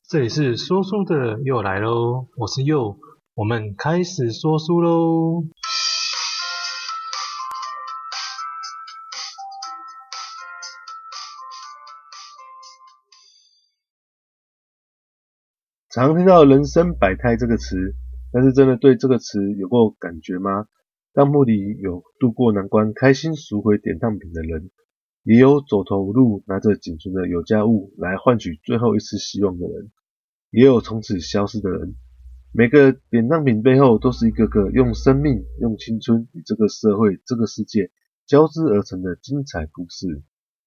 这里是说书的又来喽，我是佑，我们开始说书喽。 常听到人生百态这个词，但是真的对这个词有过感觉吗？当铺里有度过难关开心赎回典当品的人，也有走投无路拿着仅存的有价物来换取最后一丝希望的人，也有从此消失的人。每个典当品背后都是一个个用生命、用青春与这个社会、这个世界交织而成的精彩故事。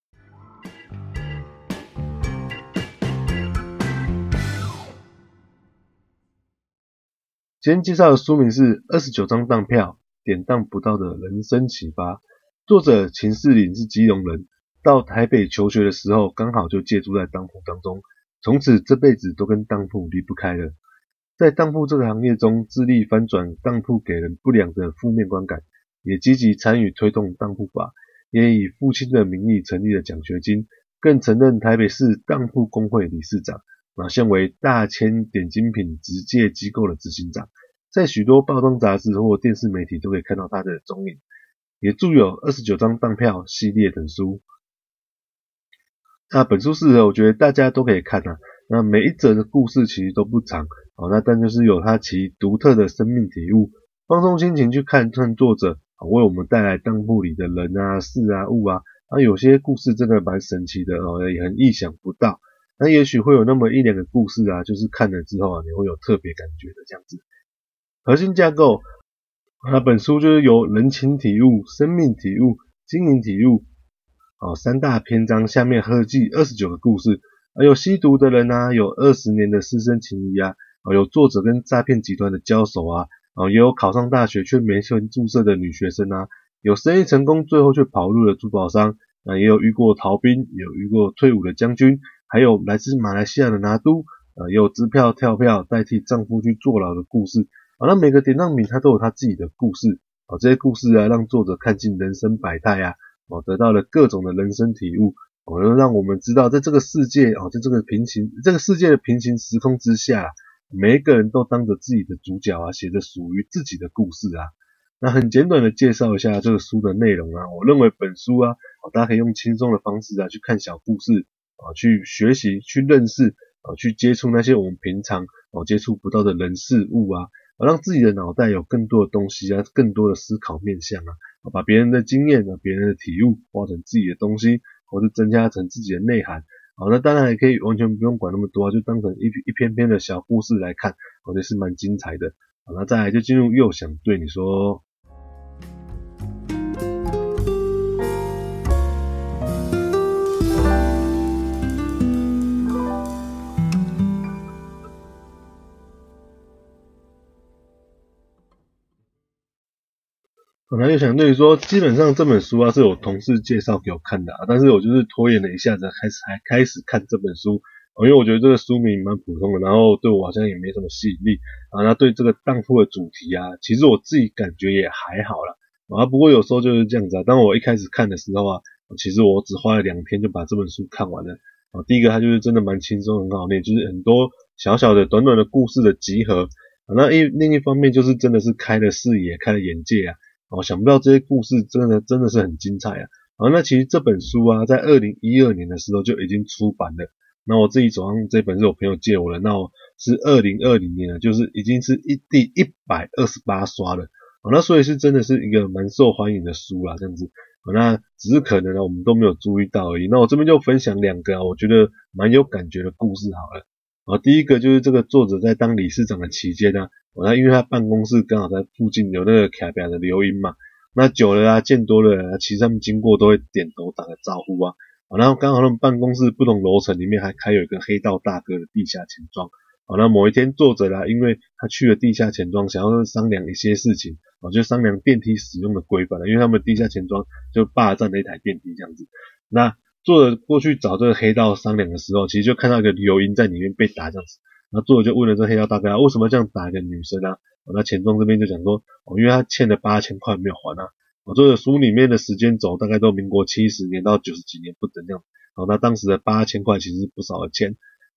今天介绍的书名是29张当票，典当不到的人生启发。作者秦士林是基隆人，到台北求学的时候刚好就借住在当铺当中，从此这辈子都跟当铺离不开了。在当铺这个行业中，致力翻转当铺给人不良的负面观感，也积极参与推动当铺法，也以父亲的名义成立了奖学金，更曾任台北市当铺工会理事长，现为大千点精品直介机构的执行长，在许多报章杂志或电视媒体都可以看到他的踪影，也著有29张当票系列等书。那本书适合我觉得大家都可以看啊，那每一则的故事其实都不长，但就是有它其独特的生命体悟，放松心情去看作者为我们带来当铺里的人啊、事啊、物啊，有些故事真的蛮神奇的也很意想不到。那也许会有那么一两个故事啊，就是看了之后你会有特别感觉的这样子。核心架构，本书就是由人情体悟、生命体悟、经营体悟三大篇章，下面合计29个故事，有吸毒的人啊，有20年的师生情谊啊，有作者跟诈骗集团的交手啊，也有考上大学却没钱注册的女学生啊，有生意成功最后却跑路的珠宝商，也有遇过逃兵，也有遇过退伍的将军，还有来自马来西亚的拿督，也有支票跳票代替丈夫去坐牢的故事。那每个典当品它都有它自己的故事，这些故事让作者看尽人生百态啊，得到了各种的人生体悟，让我们知道在这个世界在这个世界的平行时空之下，每一个人都当着自己的主角啊，写着属于自己的故事啊。那很简短的介绍一下这个书的内容啊，我认为本书大家可以用轻松的方式去看小故事去学习、去认识去接触那些我们平常接触不到的人事物啊，让自己的脑袋有更多的东西啊，更多的思考面向啊，把别人的经验别人的体悟化成自己的东西，或是增加成自己的内涵。那当然也可以完全不用管那么多就当成一篇篇的小故事来看，我觉得是蛮精彩的。那再来就进入又想对你说。又想对你说，基本上这本书是有同事介绍给我看的但是我就是拖延了一下子才开始看这本书因为我觉得这个书名蛮普通的，然后对我好像也没什么吸引力那对这个当铺的主题其实我自己感觉也还好啦不过有时候就是这样子当我一开始看的时候其实我只花了2天就把这本书看完了第一个它就是真的蛮轻松很好念，就是很多小小的短短的故事的集合那另一方面就是真的是开了视野开了眼界想不到这些故事真的是很精彩那其实这本书在2012年的时候就已经出版了，那我自己手上这本是我朋友借我的，那我是2020年了，就是已经是第128刷了那所以是真的是一个蛮受欢迎的书啦这样子那只是可能我们都没有注意到而已。那我这边就分享2个我觉得蛮有感觉的故事好了第一个就是这个作者在当理事长的期间那因为他办公室刚好在附近有那个卡表的流音嘛，那久了见多了其实他们经过都会点头打个招呼然后刚好他们办公室不同楼层里面还开有一个黑道大哥的地下钱庄那某一天作者因为他去了地下钱庄想要商量一些事情就商量电梯使用的规范因为他们地下钱庄就霸占了一台电梯这样子，那作者过去找这个黑道商量的时候，其实就看到一个流音在里面被打这样子，那作者就问了这黑道大哥为什么这样打一个女生那钱庄这边就讲说因为他欠了8000块没有还作者书里面的时间轴大概都民国70年到90几年不等这样那当时的8000块其实是不少的钱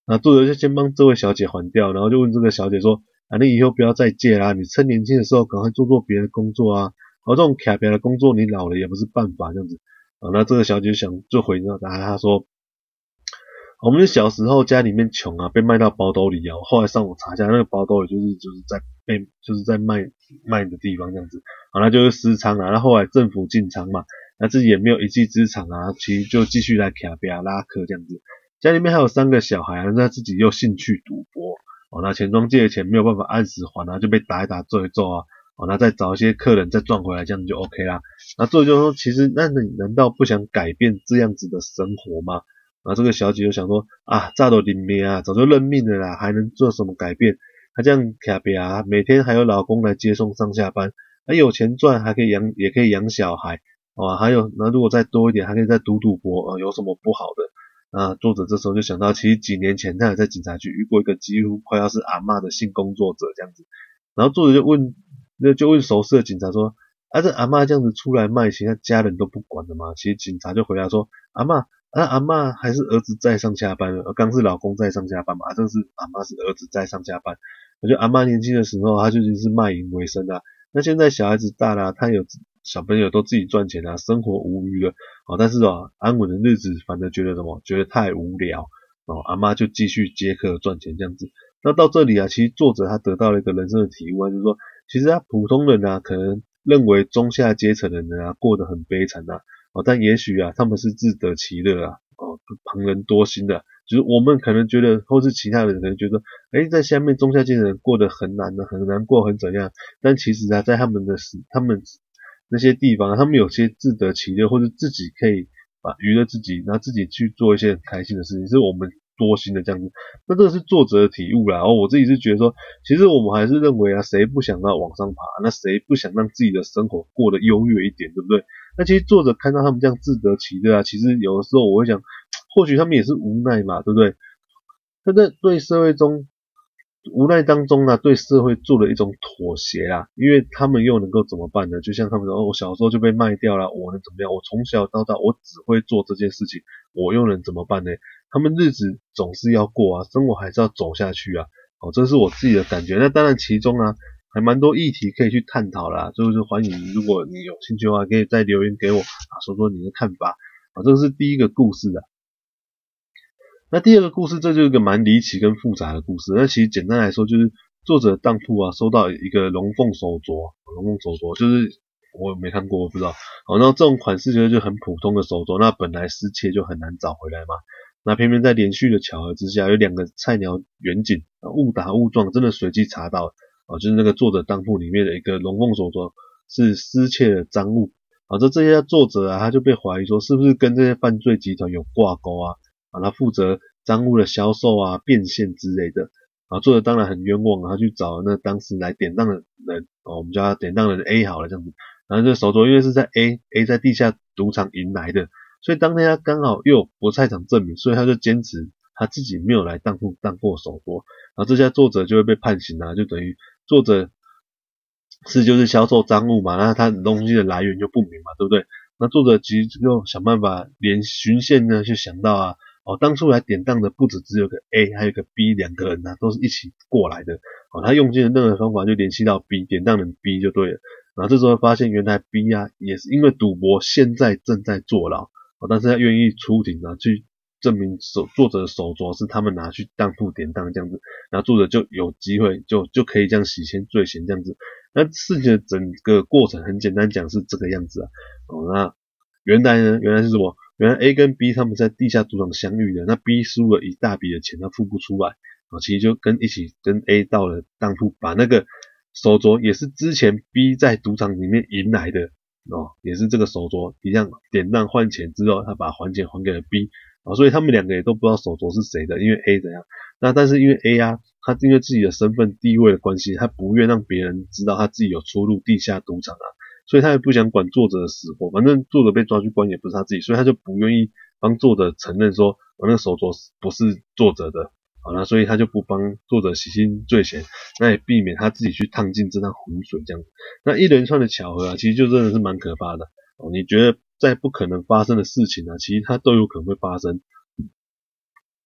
那作者就先帮这位小姐还掉，然后就问这个小姐说啊，你以后不要再借啦，你趁年轻的时候赶快做别的工作啊，这种卡别的工作你老了也不是办法这样子。那这个小姐就回答他说，我们小时候家里面穷啊，被卖到包兜里啊。后来上网查一下，那个包兜里就是在卖的地方这样子。那就是私娼啊。那后来政府进仓嘛，那自己也没有一技之长啊，其实就继续来卡比亚拉客这样子。家里面还有3个小孩啊，那自己又兴趣赌博。那钱庄借的钱没有办法按时还啊，就被打一打揍一揍啊。那再找一些客人再赚回来，这样就 OK 啦。那作者就说，其实那你难道不想改变这样子的生活吗？这个小姐就想说啊，早都认命啊，早就认命了啦，还能做什么改变？她这样卡比啊，每天还有老公来接送上下班，还有钱赚，还可以也可以养小孩，还有那如果再多一点，还可以再赌博，有什么不好的？作者这时候就想到，其实几年前他也在警察局遇过一个几乎快要是阿嬷的性工作者这样子，然后作者就问熟识的警察说，这阿嬷这样子出来卖，其他家人都不管的嘛？其实警察就回答说，阿嬷还是儿子在上下班，刚是老公在上下班嘛，这是阿嬷是儿子在上下班。我觉得阿嬷年轻的时候，她就是卖淫为生啊。那现在小孩子大了，她有小朋友都自己赚钱啊，生活无虞了，但是安稳的日子反正觉得太无聊，阿嬷就继续接客赚钱这样子。那到这里啊，其实作者他得到了一个人生的体悟啊，就是说，其实普通人啊，可能认为中下阶层的人啊过得很悲惨啊，但也许啊，他们是自得其乐啊，旁人多心的，就是我们可能觉得，或是其他人可能觉得，在下面中下阶层人过得很难的，很难过，很怎样，但其实啊，在他们那些地方，他们有些自得其乐，或者自己可以娱乐自己，然后自己去做一些很开心的事情，是我们多心的这样子。那这个是作者的体悟啦，我自己是觉得说，其实我们还是认为啊，谁不想要往上爬，那谁不想让自己的生活过得优越一点，对不对？那其实作者看到他们这样自得其乐啊，其实有的时候我会想，或许他们也是无奈嘛，对不对？他在对社会中无奈当中啊，对社会做了一种妥协啊，因为他们又能够怎么办呢？就像他们说，我小时候就被卖掉了，我能怎么样？我从小到大我只会做这件事情，我又能怎么办呢？他们日子总是要过啊，生活还是要走下去啊。这是我自己的感觉。那当然其中啊，还蛮多议题可以去探讨啦，就是欢迎如果你有兴趣的话，可以再留言给我说说你的看法这个是第一个故事啊。那第二个故事，这就是一个蛮离奇跟复杂的故事。那其实简单来说，就是作者当铺啊收到一个龙凤手镯，就是我没看过，我不知道。然后这种款式就很普通的手镯，那本来失窃就很难找回来嘛。那偏偏在连续的巧合之下，有2个菜鸟远警误打误撞，真的随机查到就是那个作者当铺里面的一个龙凤手镯是失窃的赃物这些作者啊，他就被怀疑说是不是跟这些犯罪集团有挂钩啊？他负责赃物的销售啊、变现之类的作者当然很冤枉他去找那当时来典当的人我们叫他典当人 A 好了这样子。然后这手镯因为是在 A 在地下赌场赢来的，所以当天他刚好又有不在场证明，所以他就坚持他自己没有来当铺当过手镯。然后这下作者就会被判刑就等于作者就是销售赃物嘛，那他东西的来源就不明嘛，对不对？那作者其实就想办法连循线呢，就想到当初来典当的不只有个 A， 还有个 B 2个人都是一起过来的他用尽了任何方法就联系到 B 典当人 B 就对了。然后这时候发现原来 B 也是因为赌博现在正在坐牢但是他愿意出庭去证明作者的手镯是他们拿去当铺典当这样子，然后作者就有机会就可以这样洗钱罪嫌这样子。那事情的整个过程很简单讲是这个样子那原来是什么？原来 A 跟 B 他们在地下赌场相遇的，那 B 输了一大笔的钱他付不出来其实就一起跟 A 到了当铺，把那个手镯也是之前 B 在赌场里面赢来的也是这个手镯一样典当换钱之后，他把还钱还给了 B所以他们2个也都不知道手镯是谁的，因为 A 怎样。那但是因为 A 他因为自己的身份地位的关系，他不愿让别人知道他自己有出入地下赌场所以他也不想管作者的死活，反正作者被抓去关也不是他自己，所以他就不愿意帮作者承认说那个手镯不是作者的那所以他就不帮作者洗清罪嫌，那也避免他自己去烫进这趟浑水这样子。那一连串的巧合其实就真的是蛮可怕的你觉得在不可能发生的事情其实它都有可能会发生。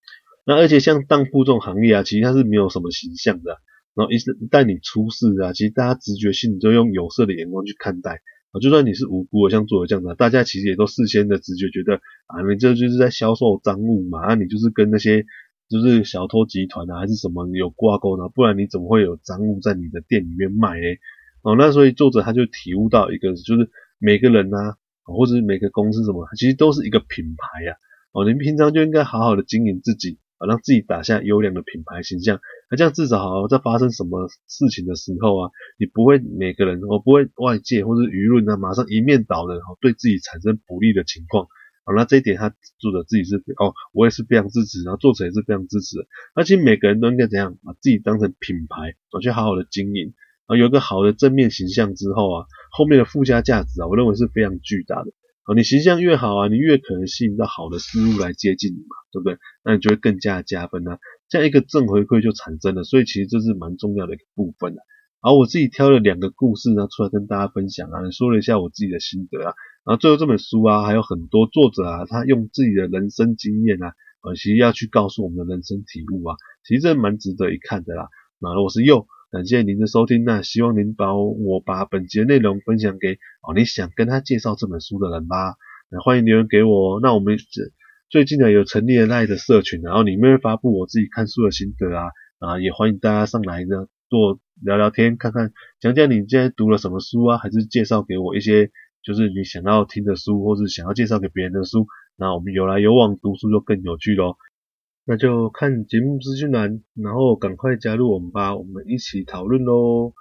那而且像当铺这种行业啊，其实它是没有什么形象的然后一旦你出事啊，其实大家直觉性就用有色的眼光去看待就算你是无辜的，像作者这样子大家其实也都事先的直觉觉得你这就是在销售赃物嘛，你就是跟那些就是小偷集团还是什么有挂钩呢，不然你怎么会有赃物在你的店里面卖嘞？那所以作者他就体悟到一个，就是每个人或者是每个公司什么，其实都是一个品牌你平常就应该好好的经营自己让自己打下优良的品牌形象，这样至少在发生什么事情的时候你不会每个人不会外界或者舆论马上一面倒的对自己产生不利的情况那这一点他作者自己是我也是非常支持，然后作者也是非常支持的。那其实每个人都应该怎样把自己当成品牌去好好的经营有一个好的正面形象之后后面的附加价值我认为是非常巨大的你形象越好你越可能吸引到好的事物来接近你嘛，对不对？那你就会更加加分这样一个正回馈就产生了，所以其实这是蛮重要的一个部分我自己挑了2个故事出来跟大家分享说了一下我自己的心得然后最后这本书还有很多作者他用自己的人生经验其实要去告诉我们的人生体悟其实这蛮值得一看的啦。那我是佑，感谢您的收听希望您把本集的内容分享给你想跟他介绍这本书的人吧。欢迎留言给我那我们最近有成立了 LINE 的社群然后里面会发布我自己看书的心得也欢迎大家上来多聊聊天，看看讲讲你现在读了什么书还是介绍给我一些就是你想要听的书，或是想要介绍给别人的书，那我们有来有往，读书就更有趣咯。那就看节目资讯栏，然后赶快加入我们吧，我们一起讨论咯。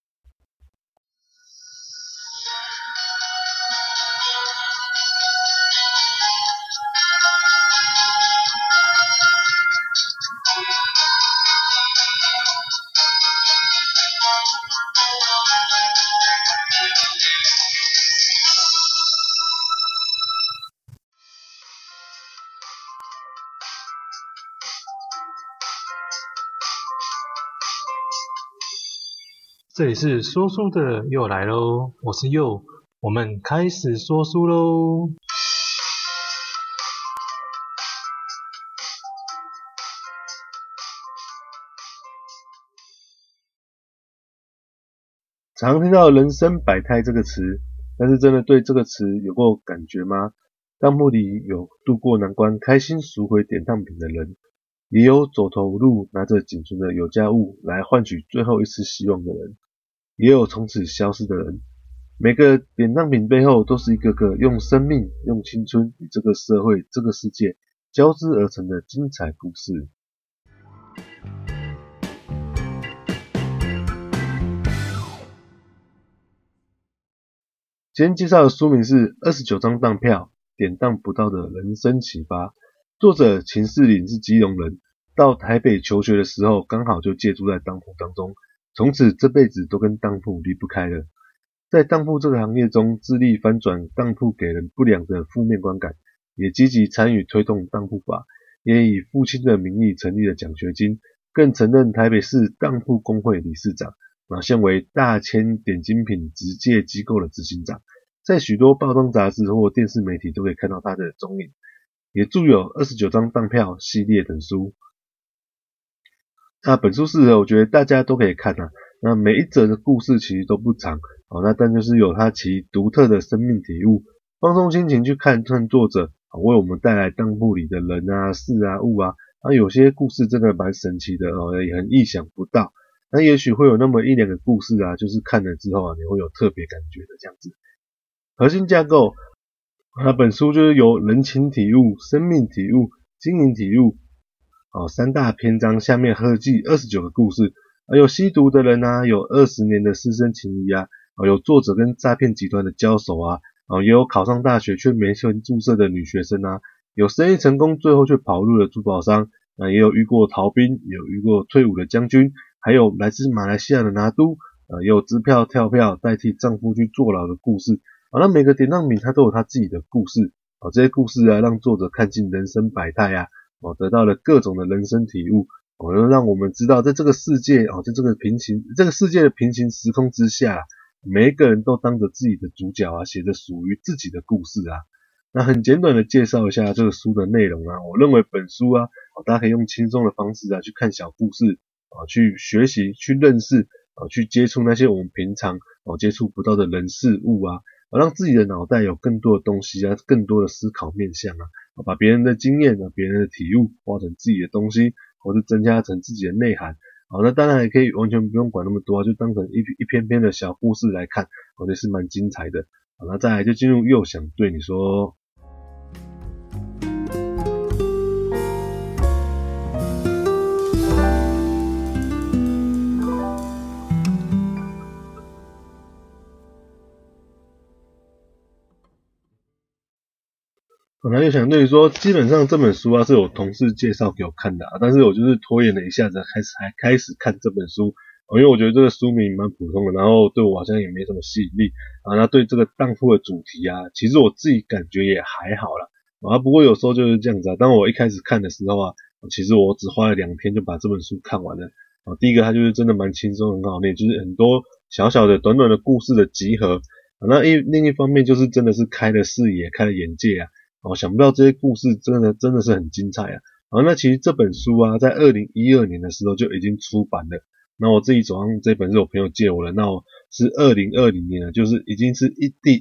这里是说书的又来咯，我是佑，我们开始说书咯。 常听到人生百态这个词，但是真的对这个词有过感觉吗？当铺里有渡过难关开心赎回典当品的人，也有走投无路拿着仅存的有价物来换取最后一丝希望的人，也有从此消失的人。每个典当品背后都是一个个用生命、用青春与这个社会、这个世界交织而成的精彩故事。今天介绍的书名是29张当票，典当不到的人生启发。作者秦士林是基隆人，到台北求学的时候刚好就借住在当铺当中，从此这辈子都跟当铺离不开了。在当铺这个行业中，致力翻转当铺给人不良的负面观感，也积极参与推动当铺法，也以父亲的名义成立了奖学金，更曾任台北市当铺工会理事长，现为大千点精品直介机构的执行长，在许多报章杂志或电视媒体都可以看到他的踪影，也著有29张当票系列等书。本书适合我觉得大家都可以看那每一则的故事其实都不长但就是有它其独特的生命体悟，放松心情去看作者为我们带来当铺里的人事物有些故事真的蛮神奇的也很意想不到，那也许会有那么1-2个故事就是看了之后你会有特别感觉的这样子。核心架构本书就是由人情体悟、生命体悟、经营体悟3大篇章，下面合计29个故事有吸毒的人有20年的师生情谊有作者跟诈骗集团的交手也有考上大学却没钱注册的女学生有生意成功最后却跑路的珠宝商也有遇过逃兵，也有遇过退伍的将军，还有来自马来西亚的拿督也有支票跳票代替丈夫去坐牢的故事那每个典当品它都有它自己的故事这些故事让作者看尽人生百态得到了各种的人生体悟让我们知道在这个世界在这个世界的平行时空之下每一个人都当着自己的主角写着属于自己的故事那很简短的介绍一下这个书的内容我认为本书大家可以用轻松的方式去看小故事去学习、去认识去接触那些我们平常接触不到的人事物让自己的脑袋有更多的东西更多的思考面向把别人的经验别人的体悟化成自己的东西，或是增加成自己的内涵。那当然也可以完全不用管那么多就当成一篇篇的小故事来看，也是蛮精彩的。那再来就进入又想对你说。那又想对你说，基本上这本书是我同事介绍给我看的但是我就是拖延了一下子才开始看这本书因为我觉得这个书名蛮普通的，然后对我好像也没什么吸引力那对这个当铺的主题其实我自己感觉也还好啦不过有时候就是这样子当我一开始看的时候其实我只花了2天就把这本书看完了第一个它就是真的蛮轻松很好念，就是很多小小的短短的故事的集合那另一方面就是真的是开了视野开了眼界想不到这些故事真的是很精彩那其实这本书在2012年的时候就已经出版了，那我自己手上这本是我朋友借我的，那我是2020年了，就是已经是第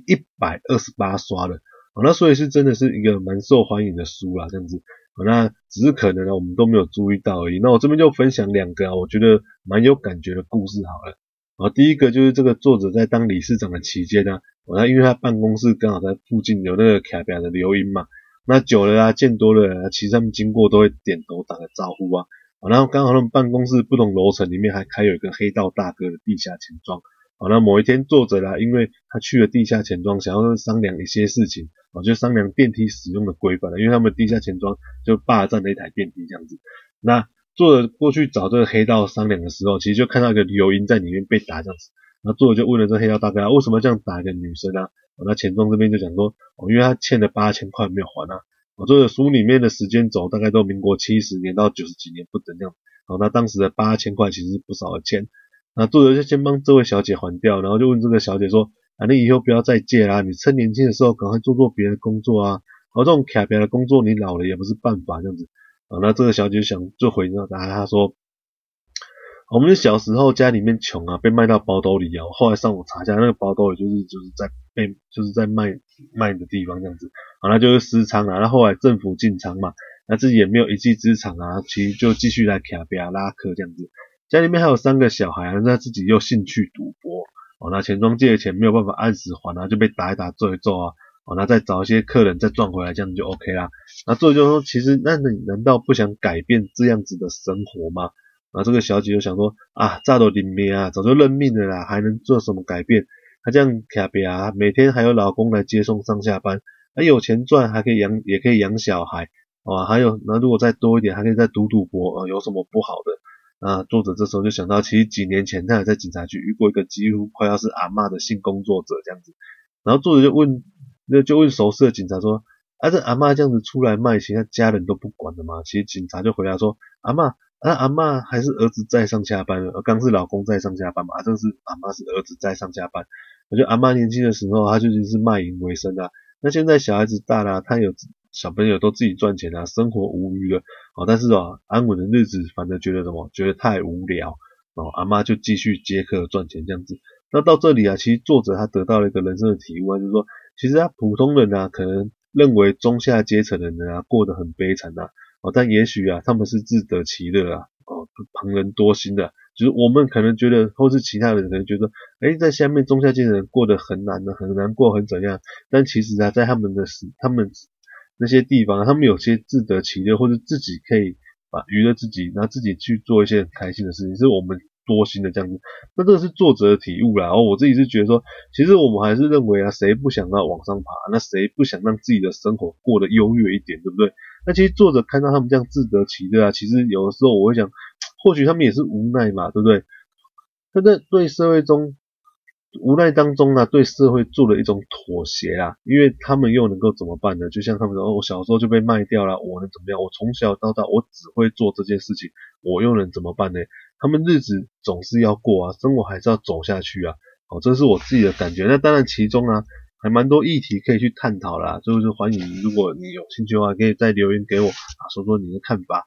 128刷了那所以是真的是一个蛮受欢迎的书啦这样子那只是可能我们都没有注意到而已。那我这边就分享2个我觉得蛮有感觉的故事好了第一个就是这个作者在当理事长的期间那因为他办公室刚好在附近有那个卡比亚的流音嘛，那久了见多了其实他们经过都会点头打个招呼然后刚好他们办公室不同楼层里面还开有一个黑道大哥的地下钱庄那某一天作者因为他去了地下钱庄想要商量一些事情就商量电梯使用的规范因为他们地下钱庄就霸占了一台电梯这样子。那作者过去找这个黑道商量的时候，其实就看到一个流音在里面被打这样子，然后作者就问了这黑道大哥为什么这样打一个女生那钱庄这边就讲说因为他欠了8000块没有还这个书里面的时间轴大概都民国70年到90几年不等这样那当时的8000块其实是不少的钱，那作者就先帮这位小姐还掉，然后就问这个小姐说你以后不要再借啦，你趁年轻的时候赶快做别的工作这种卡别的工作你老了也不是办法这样子那这个小姐就回答他说我们小时候家里面穷被卖到包兜里后来上网查一下那个包兜里就是在卖的地方这样子那就是私娼那后来政府进仓嘛，那自己也没有一技之长其实就继续来卡别拉客这样子，家里面还有3个小孩那自己又兴趣赌博那钱庄借的钱没有办法按时还就被打一打揍一揍那再找一些客人再赚回来这样就 OK 啦。那作者就说其实那你难道不想改变这样子的生活吗？然后这个小姐就想说早都认命早就认命了啦，还能做什么改变？她这样卡别每天还有老公来接送上下班有钱赚还可以也可以养小孩还有那如果再多一点还可以再赌博有什么不好的？那作者这时候就想到其实几年前他也在警察局遇过一个几乎快要是阿嬷的性工作者这样子，然后作者就问熟识的警察说这阿嬷这样子出来卖，其实他家人都不管的嘛。其实警察就回答说阿嬷还是儿子在上下班刚是老公在上下班嘛这是阿嬷是儿子在上下班。我觉得阿嬷年轻的时候她就是卖淫为生那现在小孩子大了她有小朋友都自己赚钱生活无虞了但是安稳的日子反正觉得太无聊阿嬷就继续接客赚钱这样子。那到这里其实作者他得到了一个人生的体悟就是说其实普通人可能认为中下阶层的人过得很悲惨但也许他们是自得其乐旁人多心的，就是我们可能觉得或是其他人可能觉得在下面中下阶层人过得很难过很怎样，但其实在他们那些地方他们有些自得其乐，或者自己可以娱乐自己，然后自己去做一些很开心的事情，是我们多心的这样子。那这个是作者的体悟啦我自己是觉得说其实我们还是认为谁不想要往上爬，那谁不想让自己的生活过得优越一点，对不对？那其实作者看到他们这样自得其乐其实有的时候我会想或许他们也是无奈嘛，对不对？他在对社会中无奈当中对社会做了一种妥协因为他们又能够怎么办呢？就像他们说我小时候就被卖掉了，我能怎么样？我从小到大我只会做这件事情，我又能怎么办呢？他们日子总是要过生活还是要走下去这是我自己的感觉。那当然其中还蛮多议题可以去探讨啦，就是欢迎如果你有兴趣的话可以再留言给我说说你的看法。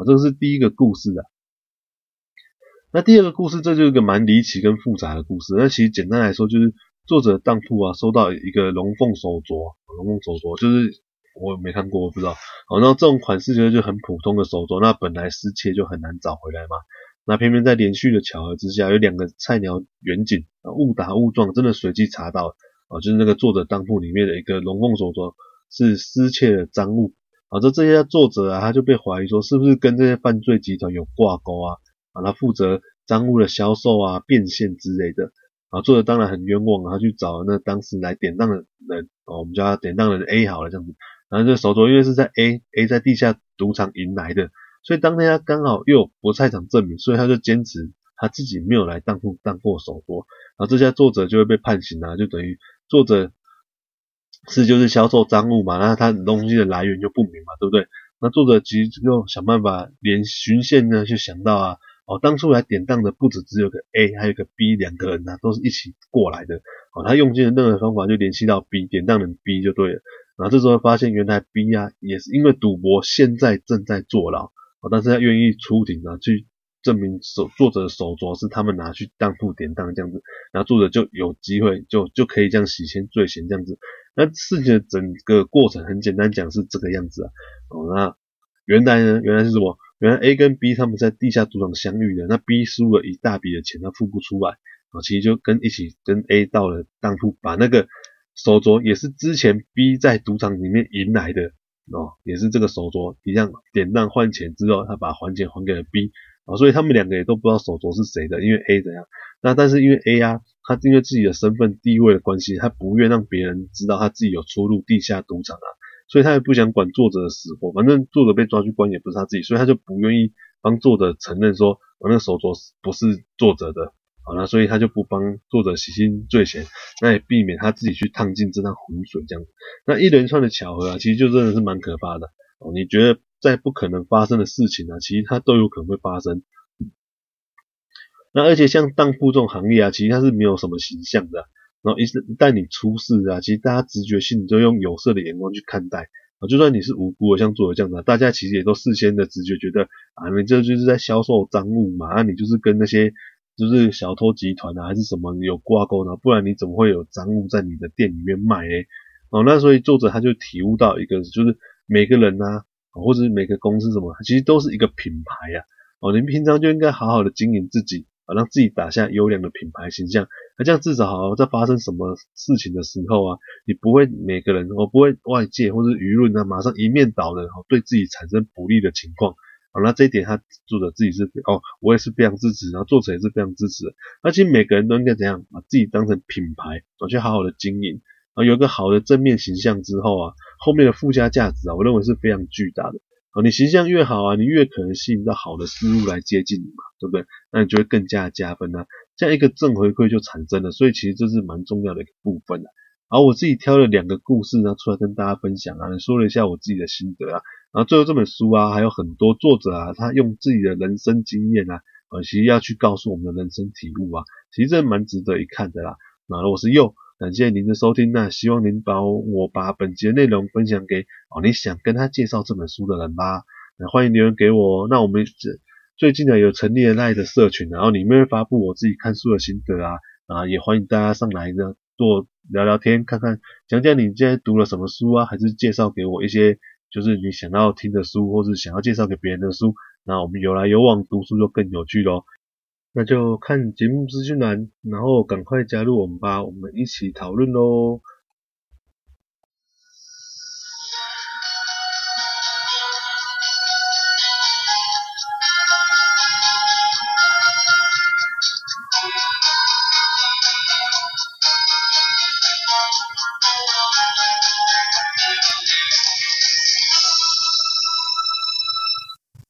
这个是第一个故事啊。那第二个故事，这就是一个蛮离奇跟复杂的故事。那其实简单来说，就是作者当铺啊收到一个龙凤手镯，龙凤手镯就是我没看过，我不知道。然后这种款式就很普通的手镯，那本来失窃就很难找回来嘛。那偏偏在连续的巧合之下，有2个菜鸟远警误打误撞，真的随机查到就是那个作者当铺里面的一个龙凤手镯是失窃的赃物。这些作者啊，他就被怀疑说是不是跟这些犯罪集团有挂钩啊？他负责赃物的销售啊、变现之类的。作者当然很冤枉，他去找那当时来典当的人，我们叫他典当人 A 好了这样子。然后这手镯因为是在 A 在地下赌场赢来的，所以当天他刚好又有不在场证明，所以他就坚持他自己没有来当铺当过手镯。然后这些作者就会被判刑啊，就等于作者就是销售赃物嘛，那他东西的来源就不明嘛，对不对？那作者其实就想办法连循线呢，就想到啊，当初来典当的不只有个 A， 还有个 B 2个人啊，都是一起过来的。他用尽了任何方法就联系到 B， 典当人 B 就对了。然后这时候发现原来 B 啊也是因为赌博现在正在坐牢，但是他愿意出庭啊去证明作者的手镯是他们拿去当铺典当这样子，然后作者就有机会就可以这样洗钱罪嫌这样子。那事情的整个过程很简单讲是这个样子啊。那原来是什么？原来 A 跟 B 他们在地下赌场相遇的，那 B 输了一大笔的钱，他付不出来，其实就一起跟 A 到了当铺，把那个手镯也是之前 B 在赌场里面赢来的也是这个手镯一样典当换钱之后，他把还钱还给了 B，所以他们2个也都不知道手镯是谁的，因为 A 怎样？但是因为 A 啊，他因为自己的身份地位的关系，他不愿让别人知道他自己有出入地下赌场啊，所以他也不想管作者的死活，反正作者被抓去关也不是他自己，所以他就不愿意帮作者承认说那个手镯不是作者的。那所以他就不帮作者洗清罪嫌，那也避免他自己去烫进这趟浑水这样子。那一连串的巧合啊，其实就真的是蛮可怕的你觉得在不可能发生的事情啊，其实它都有可能会发生。那而且像当铺这种行业啊，其实它是没有什么形象的然后一旦你出事啊，其实大家直觉性就用有色的眼光去看待就算你是无辜的，像作者这样子大家其实也都事先的直觉觉得你这就是在销售赃物嘛你就是跟那些就是小偷集团还是什么有挂钩呢？不然你怎么会有赃物在你的店里面卖那所以作者他就体悟到一个，就是每个人啊，或者是每个公司什么，其实都是一个品牌你平常就应该好好的经营自己让自己打下优良的品牌形象，这样至少好在发生什么事情的时候啊，你不会每个人不会外界或是舆论马上一面倒的对自己产生不利的情况。那这一点他作者自己是我也是非常支持，然后作者也是非常支持的。那其实每个人都应该怎样把自己当成品牌去好好的经营有一个好的正面形象之后啊，后面的附加价值我认为是非常巨大的你形象越好啊，你越可能吸引到好的事物来接近你嘛，对不对？那你就会更加加分这样一个正回馈就产生了，所以其实这是蛮重要的一个部分我自己挑了2个故事出来跟大家分享说了一下我自己的心得然后最后这本书还有很多作者他用自己的人生经验其实要去告诉我们的人生体悟其实这蛮值得一看的啦。那我是佑，感谢您的收听希望您把本集的内容分享给你想跟他介绍这本书的人吧。欢迎留言给我那我们最近有成立了LINE的社群然后里面会发布我自己看书的心得也欢迎大家上来多聊聊天，看看讲讲你现在读了什么书还是介绍给我一些就是你想要听的书，或是想要介绍给别人的书，那我们有来有往，读书就更有趣咯。那就看节目资讯栏，然后赶快加入我们吧，我们一起讨论咯。